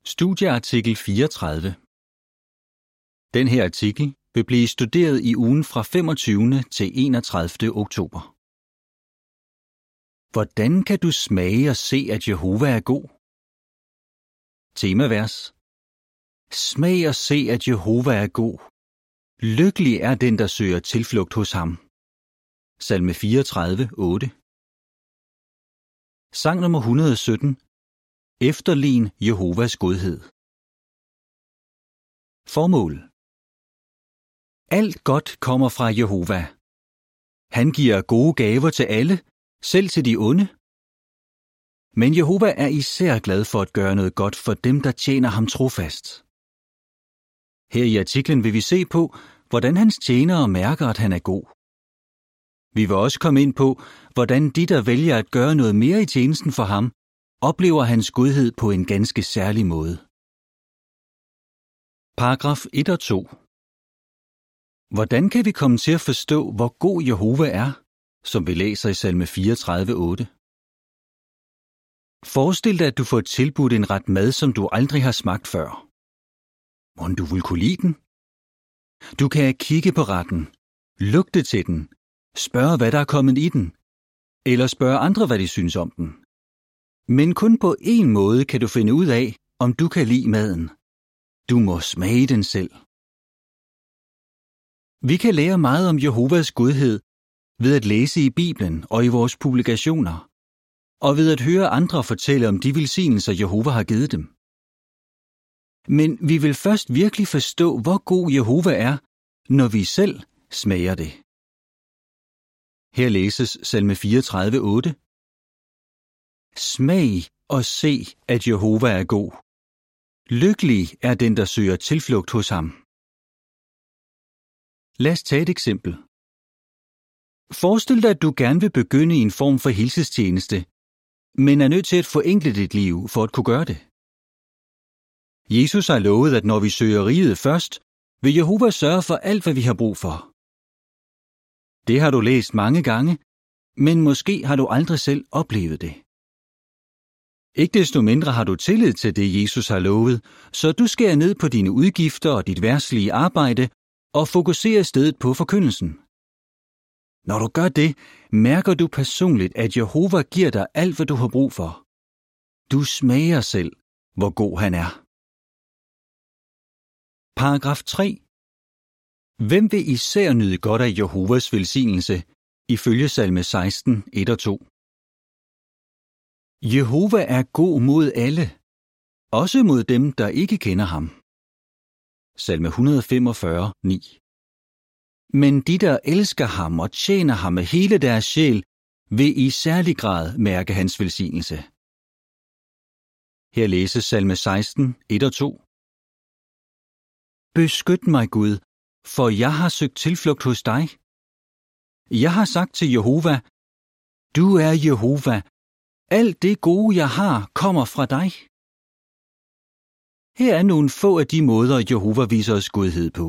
Studieartikel 34. Den her artikel vil blive studeret i ugen fra 25. til 31. oktober. Hvordan kan du smage og se, at Jehova er god? Temavers. Smag og se, at Jehova er god. Lykkelig er den, der søger tilflugt hos ham. Salme 34, 8. Sang nummer 117. Efterlign Jehovas godhed. Formål. Alt godt kommer fra Jehova. Han giver gode gaver til alle, selv til de onde. Men Jehova er især glad for at gøre noget godt for dem, der tjener ham trofast. Her i artiklen vil vi se på, hvordan hans tjenere mærker, at han er god. Vi vil også komme ind på, hvordan de, der vælger at gøre noget mere i tjenesten for ham, oplever hans godhed på en ganske særlig måde. Paragraf 1 og 2. Hvordan kan vi komme til at forstå, hvor god Jehova er, som vi læser i salme 34, 8? Forestil dig, at du får tilbudt en ret mad, som du aldrig har smagt før. Mon du vil kunne lide den? Du kan kigge på retten, lugte til den, spørge, hvad der er kommet i den, eller spørge andre, hvad de synes om den. Men kun på én måde kan du finde ud af, om du kan lide maden. Du må smage den selv. Vi kan lære meget om Jehovas godhed ved at læse i Bibelen og i vores publikationer, og ved at høre andre fortælle om de velsignelser, Jehova har givet dem. Men vi vil først virkelig forstå, hvor god Jehova er, når vi selv smager det. Her læses salme 34, 8. Smag og se, at Jehova er god. Lykkelig er den, der søger tilflugt hos ham. Lad os tage et eksempel. Forestil dig, at du gerne vil begynde i en form for hilsestjeneste, men er nødt til at forenkle dit liv for at kunne gøre det. Jesus har lovet, at når vi søger riget først, vil Jehova sørge for alt, hvad vi har brug for. Det har du læst mange gange, men måske har du aldrig selv oplevet det. Ikke desto mindre har du tillid til det, Jesus har lovet, så du skærer ned på dine udgifter og dit verdslige arbejde og fokuserer i stedet på forkyndelsen. Når du gør det, mærker du personligt, at Jehova giver dig alt, hvad du har brug for. Du smager selv, hvor god han er. Paragraf 3. Hvem vil især nyde godt af Jehovas velsignelse, ifølge salme 16, 1 og 2? Jehova er god mod alle, også mod dem, der ikke kender ham. Salme 145, 9. Men de, der elsker ham og tjener ham med hele deres sjæl, vil i særlig grad mærke hans velsignelse. Her læses salme 16, 1 og 2. Beskyt mig, Gud, for jeg har søgt tilflugt hos dig. Jeg har sagt til Jehova, du er Jehova, alt det gode, jeg har, kommer fra dig. Her er nogle få af de måder, Jehova viser os godhed på.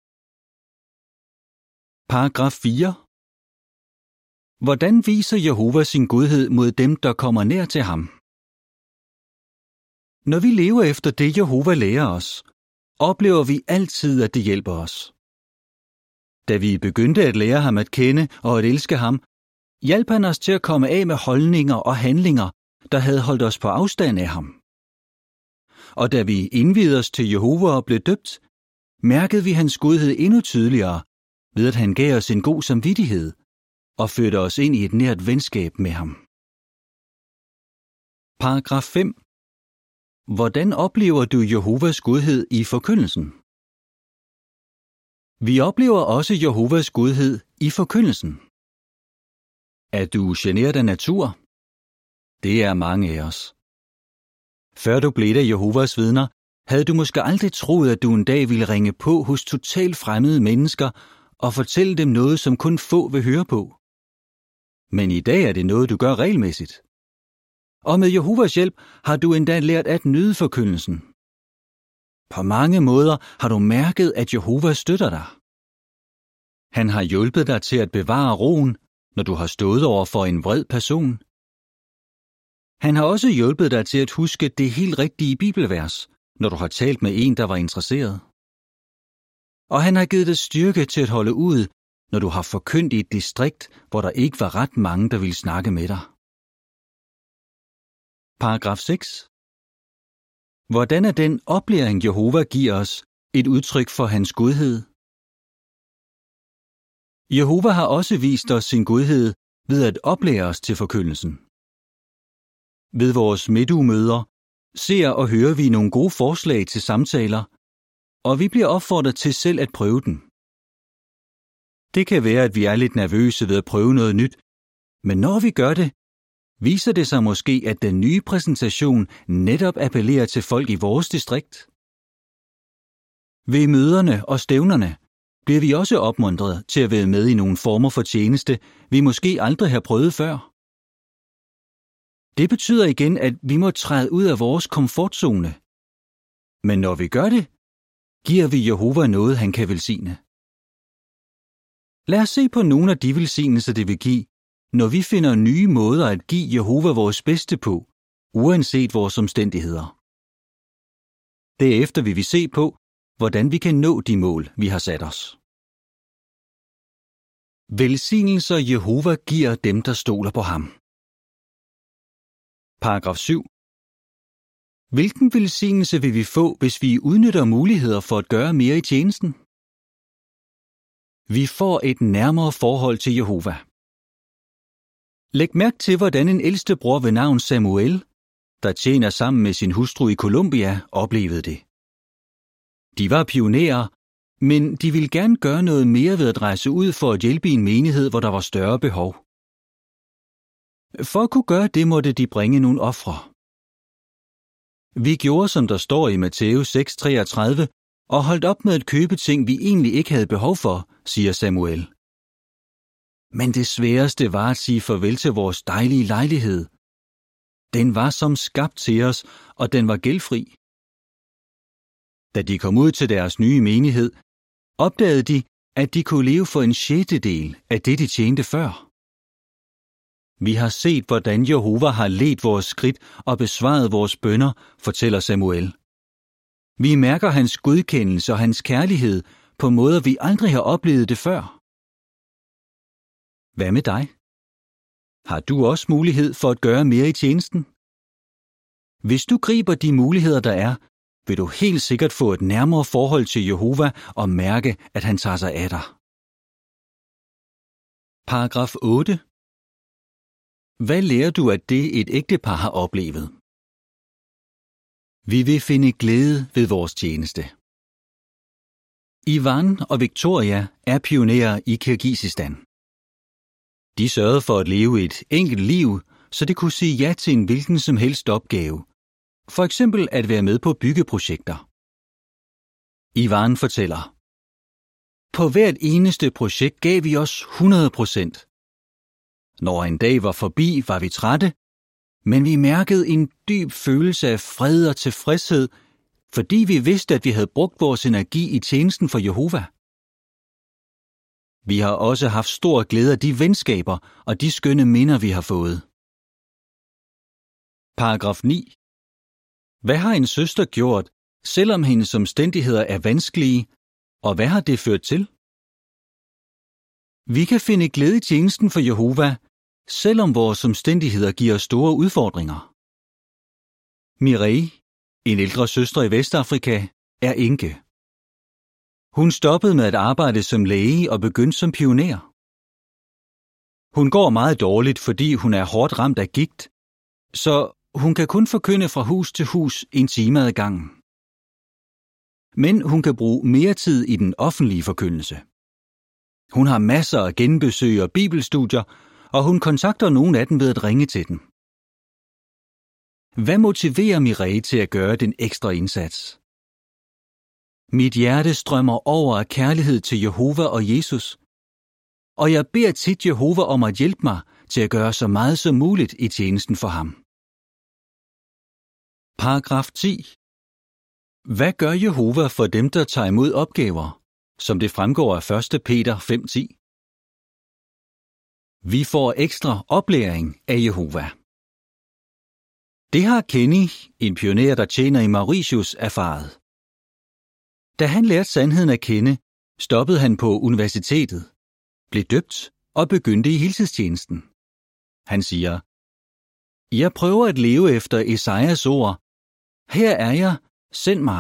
Paragraf 4. Hvordan viser Jehova sin godhed mod dem, der kommer nær til ham? Når vi lever efter det, Jehova lærer os, oplever vi altid, at det hjælper os. Da vi begyndte at lære ham at kende og at elske ham, hjalp han os til at komme af med holdninger og handlinger, der havde holdt os på afstand af ham. Og da vi indviede os til Jehova og blev døbt, mærkede vi hans godhed endnu tydeligere, ved at han gav os en god samvittighed og førte os ind i et nært venskab med ham. Paragraf 5. Hvordan oplever du Jehovas godhed i forkyndelsen? Vi oplever også Jehovas godhed i forkyndelsen. Er du genert af natur? Det er mange af os. Før du blev af Jehovas vidner, havde du måske aldrig troet, at du en dag ville ringe på hos totalt fremmede mennesker og fortælle dem noget, som kun få vil høre på. Men i dag er det noget, du gør regelmæssigt. Og med Jehovas hjælp har du endda lært at nyde forkyndelsen. På mange måder har du mærket, at Jehova støtter dig. Han har hjulpet dig til at bevare roen, når du har stået over for en vred person. Han har også hjulpet dig til at huske det helt rigtige bibelvers, når du har talt med en, der var interesseret. Og han har givet dig styrke til at holde ud, når du har forkyndt i et distrikt, hvor der ikke var ret mange, der ville snakke med dig. Paragraf 6. Hvordan er den oplæring, Jehova giver os, et udtryk for hans godhed? Jehova har også vist os sin godhed ved at oplære os til forkyndelsen. Ved vores midtugemøder ser og hører vi nogle gode forslag til samtaler, og vi bliver opfordret til selv at prøve den. Det kan være, at vi er lidt nervøse ved at prøve noget nyt, men når vi gør det, viser det sig måske, at den nye præsentation netop appellerer til folk i vores distrikt. Ved møderne og stævnerne bliver vi også opmuntret til at være med i nogle former for tjeneste, vi måske aldrig har prøvet før. Det betyder igen, at vi må træde ud af vores komfortzone. Men når vi gør det, giver vi Jehova noget, han kan velsigne. Lad os se på nogle af de velsignelser, det vil give, når vi finder nye måder at give Jehova vores bedste på, uanset vores omstændigheder. Derefter vil vi se på, hvordan vi kan nå de mål, vi har sat os. Velsignelser Jehova giver dem, der stoler på ham. Paragraf 7. Hvilken velsignelse vil vi få, hvis vi udnytter muligheder for at gøre mere i tjenesten? Vi får et nærmere forhold til Jehova. Læg mærke til, hvordan en ældste bror ved navn Samuel, der tjener sammen med sin hustru i Colombia, oplevede det. De var pionerer, men de ville gerne gøre noget mere ved at rejse ud for at hjælpe i en menighed, hvor der var større behov. For at kunne gøre det, måtte de bringe nogle ofre. Vi gjorde, som der står i Matthæus 6:33, og holdt op med at købe ting, vi egentlig ikke havde behov for, siger Samuel. Men det sværeste var at sige farvel til vores dejlige lejlighed. Den var som skabt til os, og den var gældfri. Da de kom ud til deres nye menighed, opdagede de, at de kunne leve for 1/6 af det, de tjente før. Vi har set, hvordan Jehova har ledt vores skridt og besvaret vores bønner, fortæller Samuel. Vi mærker hans godkendelse og hans kærlighed på måder, vi aldrig har oplevet det før. Hvad med dig? Har du også mulighed for at gøre mere i tjenesten? Hvis du griber de muligheder, der er, vil du helt sikkert få et nærmere forhold til Jehova og mærke, at han tager sig af dig. Paragraf 8. Hvad lærer du af det, et ægtepar har oplevet? Vi vil finde glæde ved vores tjeneste. Ivan og Victoria er pionerer i Kirgisistan. De sørgede for at leve et enkelt liv, så de kunne sige ja til en hvilken som helst opgave. For eksempel at være med på byggeprojekter. Ivan fortæller: På hvert eneste projekt gav vi os 100%. Når en dag var forbi, var vi trætte, men vi mærkede en dyb følelse af fred og tilfredshed, fordi vi vidste, at vi havde brugt vores energi i tjenesten for Jehova. Vi har også haft stor glæde af de venskaber og de skønne minder, vi har fået. Paragraf 9. Hvad har en søster gjort, selvom hendes omstændigheder er vanskelige, og hvad har det ført til? Vi kan finde glæde i tjenesten for Jehova, selvom vores omstændigheder giver store udfordringer. Mireille, en ældre søster i Vestafrika, er enke. Hun stoppede med at arbejde som læge og begyndte som pioner. Hun går meget dårligt, fordi hun er hårdt ramt af gigt, så hun kan kun forkynde fra hus til hus 1 time ad gangen. Men hun kan bruge mere tid i den offentlige forkyndelse. Hun har masser af genbesøg og bibelstudier, og hun kontakter nogle af dem ved at ringe til dem. Hvad motiverer Mireille til at gøre den ekstra indsats? Mit hjerte strømmer over af kærlighed til Jehova og Jesus, og jeg beder tit Jehova om at hjælpe mig til at gøre så meget som muligt i tjenesten for ham. Paragraf 10. Hvad gør Jehova for dem, der tager imod opgaver, som det fremgår af 1. Peter 5:10? Vi får ekstra oplæring af Jehova. Det har Kenny, en pioner, der tjener i Mauritius, erfaret. Da han lærte sandheden at kende, stoppede han på universitetet, blev døbt og begyndte i heltidstjenesten. Han siger, jeg prøver at leve efter Esajas ord. Her er jeg, send mig.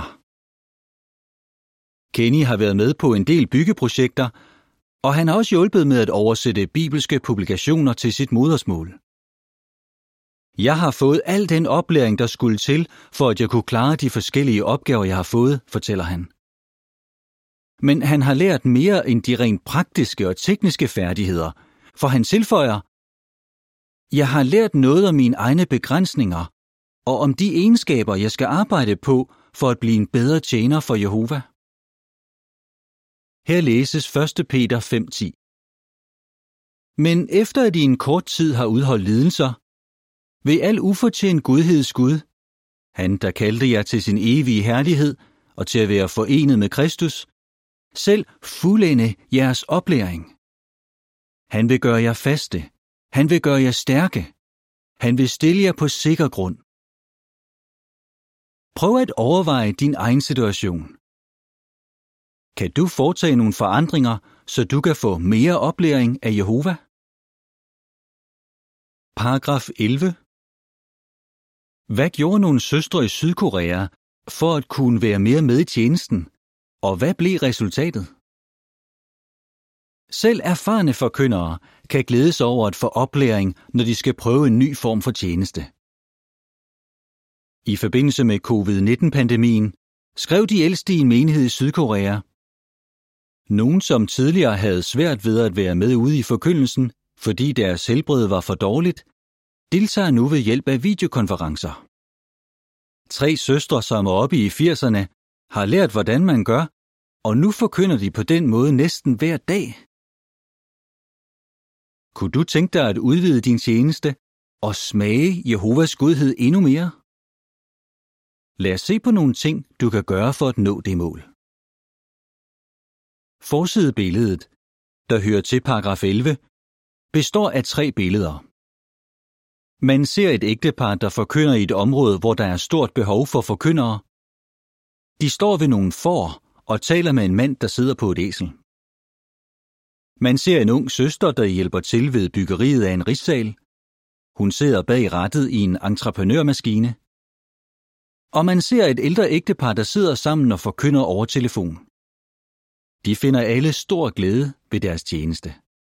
Kenny har været med på en del byggeprojekter, og han har også hjulpet med at oversætte bibelske publikationer til sit modersmål. Jeg har fået al den oplæring, der skulle til, for at jeg kunne klare de forskellige opgaver, jeg har fået, fortæller han. Men han har lært mere end de rent praktiske og tekniske færdigheder, for han tilføjer, jeg har lært noget om mine egne begrænsninger, og om de egenskaber, jeg skal arbejde på, for at blive en bedre tjener for Jehova. Her læses 1. Peter 5:10. Men efter at I en kort tid har udholdt lidelser, ved al ufortjent godheds Gud, han der kaldte jer til sin evige herlighed og til at være forenet med Kristus, selv fuldende jeres oplæring. Han vil gøre jer faste, han vil gøre jer stærke, han vil stille jer på sikker grund. Prøv at overveje din egen situation. Kan du foretage nogle forandringer, så du kan få mere oplæring af Jehova? Paragraf 11. Hvad gjorde nogle søstre i Sydkorea for at kunne være mere med i tjenesten, og hvad blev resultatet? Selv erfarne forkyndere kan glæde sig over at få oplæring, når de skal prøve en ny form for tjeneste. I forbindelse med covid-19-pandemien skrev de ældste i en menighed i Sydkorea, nogen som tidligere havde svært ved at være med ude i forkyndelsen, fordi deres helbred var for dårligt, deltager nu ved hjælp af videokonferencer. 3 søstre, som er oppe i 80'erne, har lært, hvordan man gør, og nu forkynder de på den måde næsten hver dag. Kunne du tænke dig at udvide din tjeneste og smage Jehovas godhed endnu mere? Lad os se på nogle ting, du kan gøre for at nå det mål. Forsidebilledet, der hører til paragraf 11, består af 3 billeder. Man ser et ægtepar, der forkynder i et område, hvor der er stort behov for forkyndere. De står ved nogle får og taler med en mand, der sidder på et æsel. Man ser en ung søster, der hjælper til ved byggeriet af en rissal. Hun sidder bag rattet i en entreprenørmaskine. Og man ser et ældre ægtepar, der sidder sammen og forkynder over telefon. De finder alle stor glæde ved deres tjeneste.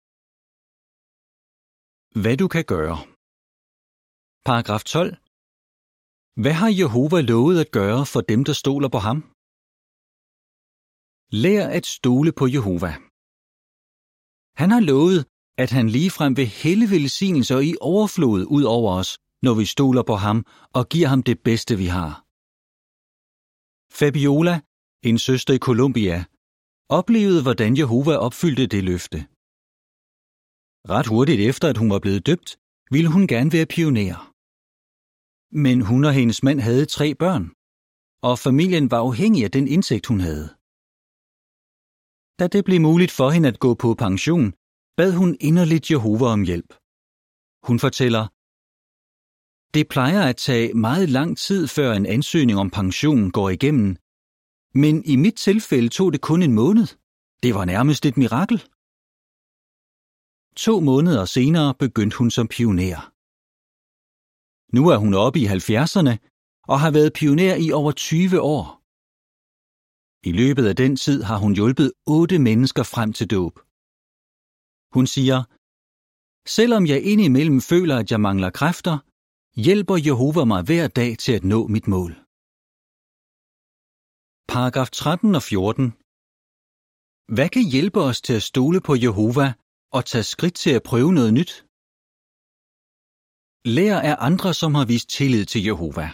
Hvad du kan gøre. Paragraf 12. Hvad har Jehova lovet at gøre for dem, der stoler på ham? Lær at stole på Jehova. Han har lovet, at han ligefrem vil hælde velsignelser i overflod ud over os, når vi stoler på ham og giver ham det bedste, vi har. Fabiola, en søster i Colombia, oplevede, hvordan Jehova opfyldte det løfte. Ret hurtigt efter, at hun var blevet døbt, ville hun gerne være pioner. Men hun og hendes mand havde 3 børn, og familien var afhængig af den indtægt, hun havde. Da det blev muligt for hende at gå på pension, bad hun inderligt Jehova om hjælp. Hun fortæller, det plejer at tage meget lang tid, før en ansøgning om pension går igennem, men i mit tilfælde tog det kun en måned. Det var nærmest et mirakel. 2 måneder senere begyndte hun som pioner. Nu er hun oppe i 70'erne og har været pioner i over 20 år. I løbet af den tid har hun hjulpet 8 mennesker frem til dåb. Hun siger, selvom jeg indimellem føler, at jeg mangler kræfter, hjælper Jehova mig hver dag til at nå mit mål. Paragraf 13 og 14. Hvad kan hjælpe os til at stole på Jehova og tage skridt til at prøve noget nyt? Lær af andre, som har vist tillid til Jehova.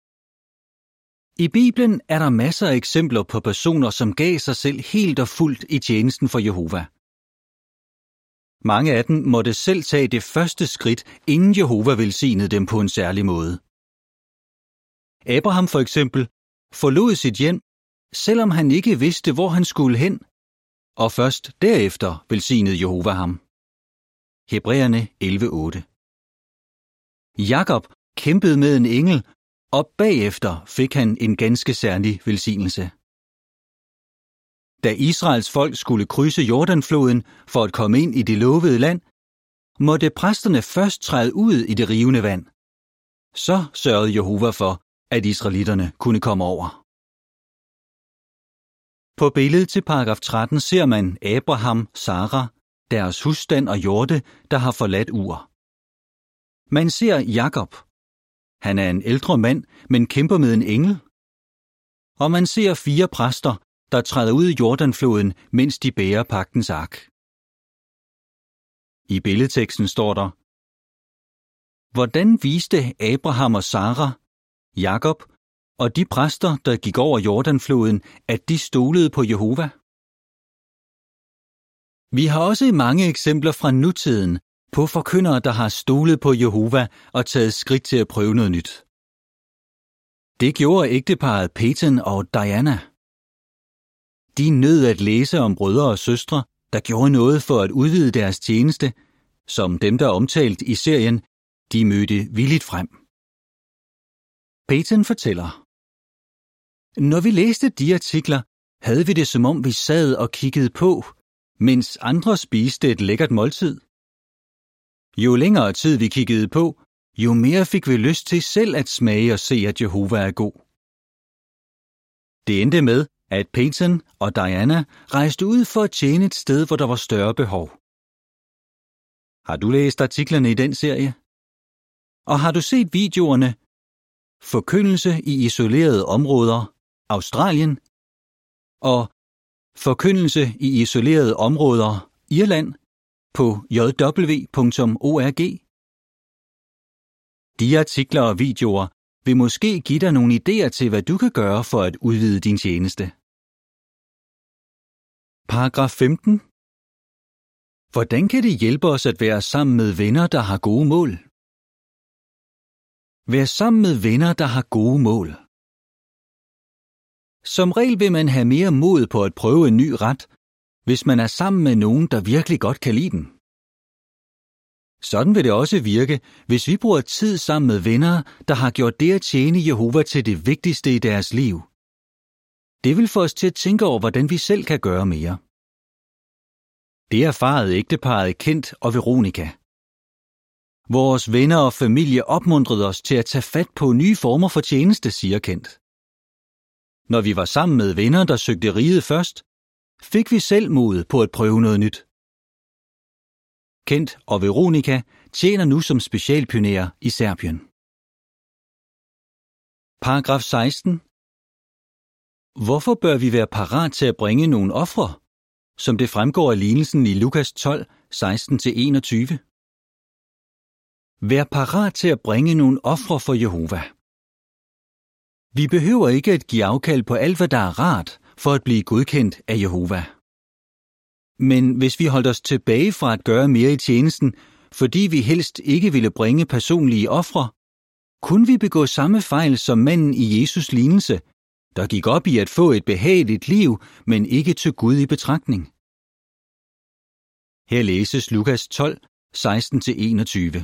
I Bibelen er der masser af eksempler på personer, som gav sig selv helt og fuldt i tjenesten for Jehova. Mange af dem måtte selv tage det første skridt, inden Jehova velsignede dem på en særlig måde. Abraham for eksempel forlod sit hjem, selvom han ikke vidste, hvor han skulle hen, og først derefter velsignede Jehova ham. Hebræerne 11:8. Jakob kæmpede med en engel, og bagefter fik han en ganske særlig velsignelse. Da Israels folk skulle krydse Jordanfloden for at komme ind i det lovede land, måtte præsterne først træde ud i det rivende vand. Så sørgede Jehova for, at israelitterne kunne komme over. På billedet til paragraf 13 ser man Abraham, Sara, deres husstand og hjorte, der har forladt Ur. Man ser Jakob. Han er en ældre mand, men kæmper med en engel. Og man ser 4 præster, der træder ud i Jordanfloden, mens de bærer pagtens ark. I billedteksten står der: Hvordan viste Abraham og Sara, Jakob og de præster, der gik over Jordanfloden, at de stolede på Jehova? Vi har også mange eksempler fra nutiden på forkyndere, der har stolet på Jehova og taget skridt til at prøve noget nyt. Det gjorde ægteparret Peyton og Diana. De nød at læse om brødre og søstre, der gjorde noget for at udvide deres tjeneste, som dem, der er omtalt i serien, de mødte villigt frem. Peyton fortæller: Når vi læste de artikler, havde vi det som om vi sad og kiggede på, mens andre spiste et lækkert måltid. Jo længere tid vi kiggede på, jo mere fik vi lyst til selv at smage og se, at Jehova er god. Det endte med, at Peyton og Diana rejste ud for at tjene et sted, hvor der var større behov. Har du læst artiklerne i den serie? Og har du set videoerne Forkyndelse i isolerede områder, Australien, og Forkyndelse i isolerede områder, Irland, på jw.org? De artikler og videoer vil måske give dig nogle idéer til, hvad du kan gøre for at udvide din tjeneste. Paragraf 15. Hvordan kan det hjælpe os at være sammen med venner, der har gode mål? Vær sammen med venner, der har gode mål. Som regel vil man have mere mod på at prøve en ny ret, hvis man er sammen med nogen, der virkelig godt kan lide den. Sådan vil det også virke, hvis vi bruger tid sammen med venner, der har gjort det at tjene Jehova til det vigtigste i deres liv. Det vil få os til at tænke over, hvordan vi selv kan gøre mere. Det erfarede ægteparret Kent og Veronica. Vores venner og familie opmuntrede os til at tage fat på nye former for tjeneste, siger Kent. Når vi var sammen med venner, der søgte riget først, fik vi selv mod på at prøve noget nyt. Kent og Veronica tjener nu som specialpionerer i Serbien. Paragraf 16. Hvorfor bør vi være parat til at bringe nogle ofre, som det fremgår af lignelsen i Lukas 12, 16-21? Vær parat til at bringe nogle ofre for Jehova. Vi behøver ikke at give afkald på alt, hvad der er rart, for at blive godkendt af Jehova. Men hvis vi holdt os tilbage fra at gøre mere i tjenesten, fordi vi helst ikke ville bringe personlige ofre, kunne vi begå samme fejl som manden i Jesus lignelse, der gik op i at få et behageligt liv, men ikke tog Gud i betragtning. Her læses Lukas 12, 16-21.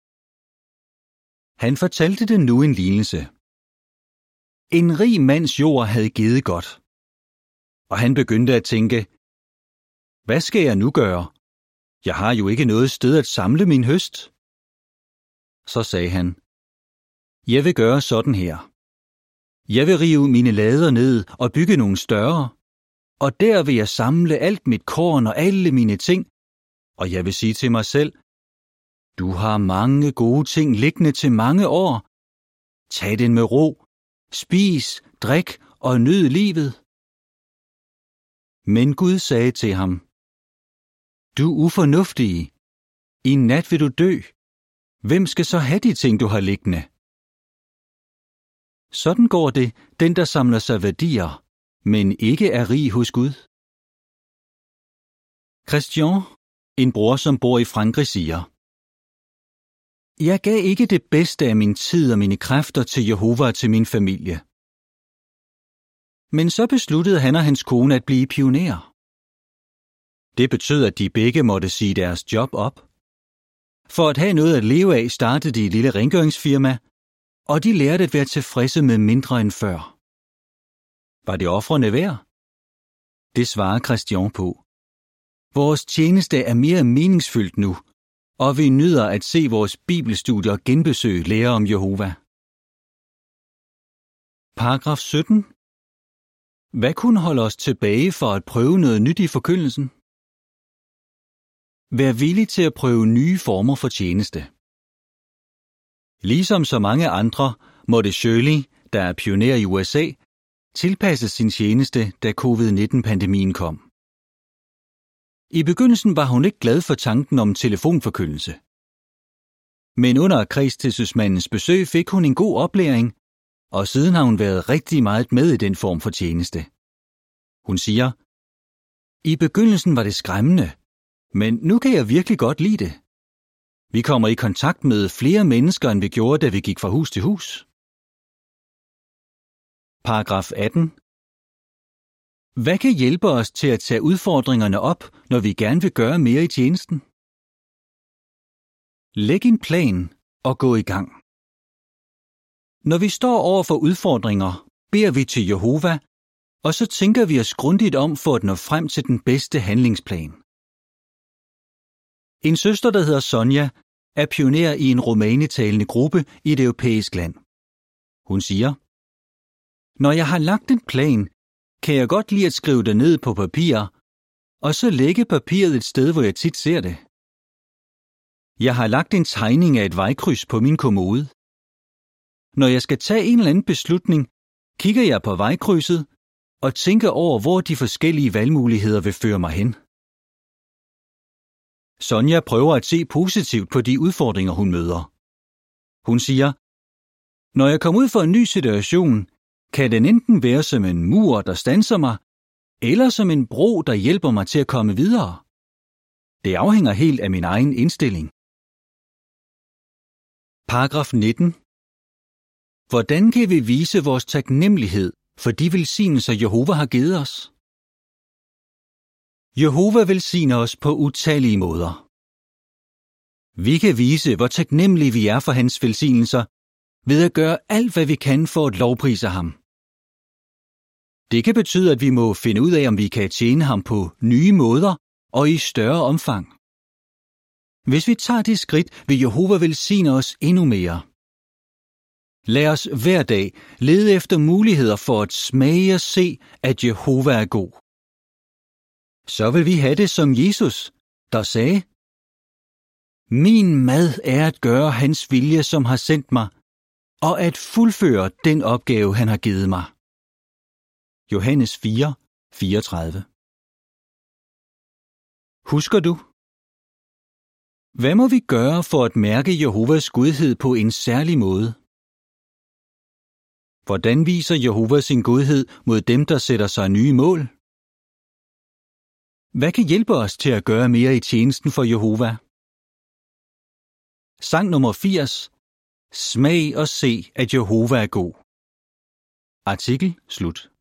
Han fortalte det nu en lignelse. En rig mands jord havde givet godt, og han begyndte at tænke: hvad skal jeg nu gøre? Jeg har jo ikke noget sted at samle min høst. Så sagde han: jeg vil gøre sådan her. Jeg vil rive mine lader ned og bygge nogle større, og der vil jeg samle alt mit korn og alle mine ting, og jeg vil sige til mig selv: du har mange gode ting liggende til mange år. Tag den med ro, spis, drik og nyd livet. Men Gud sagde til ham: du ufornuftige, i nat vil du dø. Hvem skal så have de ting, du har liggende? Sådan går det, den der samler sig værdier, men ikke er rig hos Gud. Christian, en bror som bor i Frankrig, siger: jeg gav ikke det bedste af min tid og mine kræfter til Jehova og til min familie. Men så besluttede han og hans kone at blive pionerer. Det betød, at de begge måtte sige deres job op. For at have noget at leve af, startede de et lille rengøringsfirma, og de lærte at være tilfredse med mindre end før. Var det ofrene værd? Det svarer Christian på. Vores tjeneste er mere meningsfyldt nu, og vi nyder at se vores bibelstudier og genbesøg lære om Jehova. Paragraf 17. Hvad kunne holde os tilbage for at prøve noget nyt i forkyndelsen? Vær villig til at prøve nye former for tjeneste. Ligesom så mange andre, måtte Shirley, der er pioner i USA, tilpasse sin tjeneste, da covid-19-pandemien kom. I begyndelsen var hun ikke glad for tanken om telefonforkyndelse. Men under kredstilsynsmandens besøg fik hun en god oplæring, og siden har hun været rigtig meget med i den form for tjeneste. Hun siger, i begyndelsen var det skræmmende, men nu kan jeg virkelig godt lide det. Vi kommer i kontakt med flere mennesker, end vi gjorde, da vi gik fra hus til hus. Paragraf 18. Hvad kan hjælpe os til at tage udfordringerne op, når vi gerne vil gøre mere i tjenesten? Læg en plan og gå i gang. Når vi står over for udfordringer, beder vi til Jehova, og så tænker vi os grundigt om for at nå frem til den bedste handlingsplan. En søster, der hedder Sonja, er pioner i en rumænitalende gruppe i et europæisk land. Hun siger, når jeg har lagt en plan, kan jeg godt lide at skrive det ned på papir, og så lægge papiret et sted, hvor jeg tit ser det. Jeg har lagt en tegning af et vejkryds på min kommode. Når jeg skal tage en eller anden beslutning, kigger jeg på vejkrydset og tænker over, hvor de forskellige valgmuligheder vil føre mig hen. Sonja prøver at se positivt på de udfordringer, hun møder. Hun siger, når jeg kommer ud for en ny situation, kan den enten være som en mur, der standser mig, eller som en bro, der hjælper mig til at komme videre. Det afhænger helt af min egen indstilling. Paragraf 19. Hvordan kan vi vise vores taknemmelighed for de velsignelser, Jehova har givet os? Jehova velsigner os på utallige måder. Vi kan vise, hvor taknemmelige vi er for hans velsignelser, ved at gøre alt, hvad vi kan for at lovprise ham. Det kan betyde, at vi må finde ud af, om vi kan tjene ham på nye måder og i større omfang. Hvis vi tager det skridt, vil Jehova velsigne os endnu mere. Lad os hver dag lede efter muligheder for at smage og se, at Jehova er god. Så vil vi have det som Jesus, der sagde, min mad er at gøre hans vilje, som har sendt mig, og at fuldføre den opgave, han har givet mig. Johannes 4, 34. Husker du? Hvad må vi gøre for at mærke Jehovas godhed på en særlig måde? Hvordan viser Jehova sin godhed mod dem, der sætter sig nye mål? Hvad kan hjælpe os til at gøre mere i tjenesten for Jehova? Sang nummer 80. Smag og se, at Jehova er god. Artikel slut.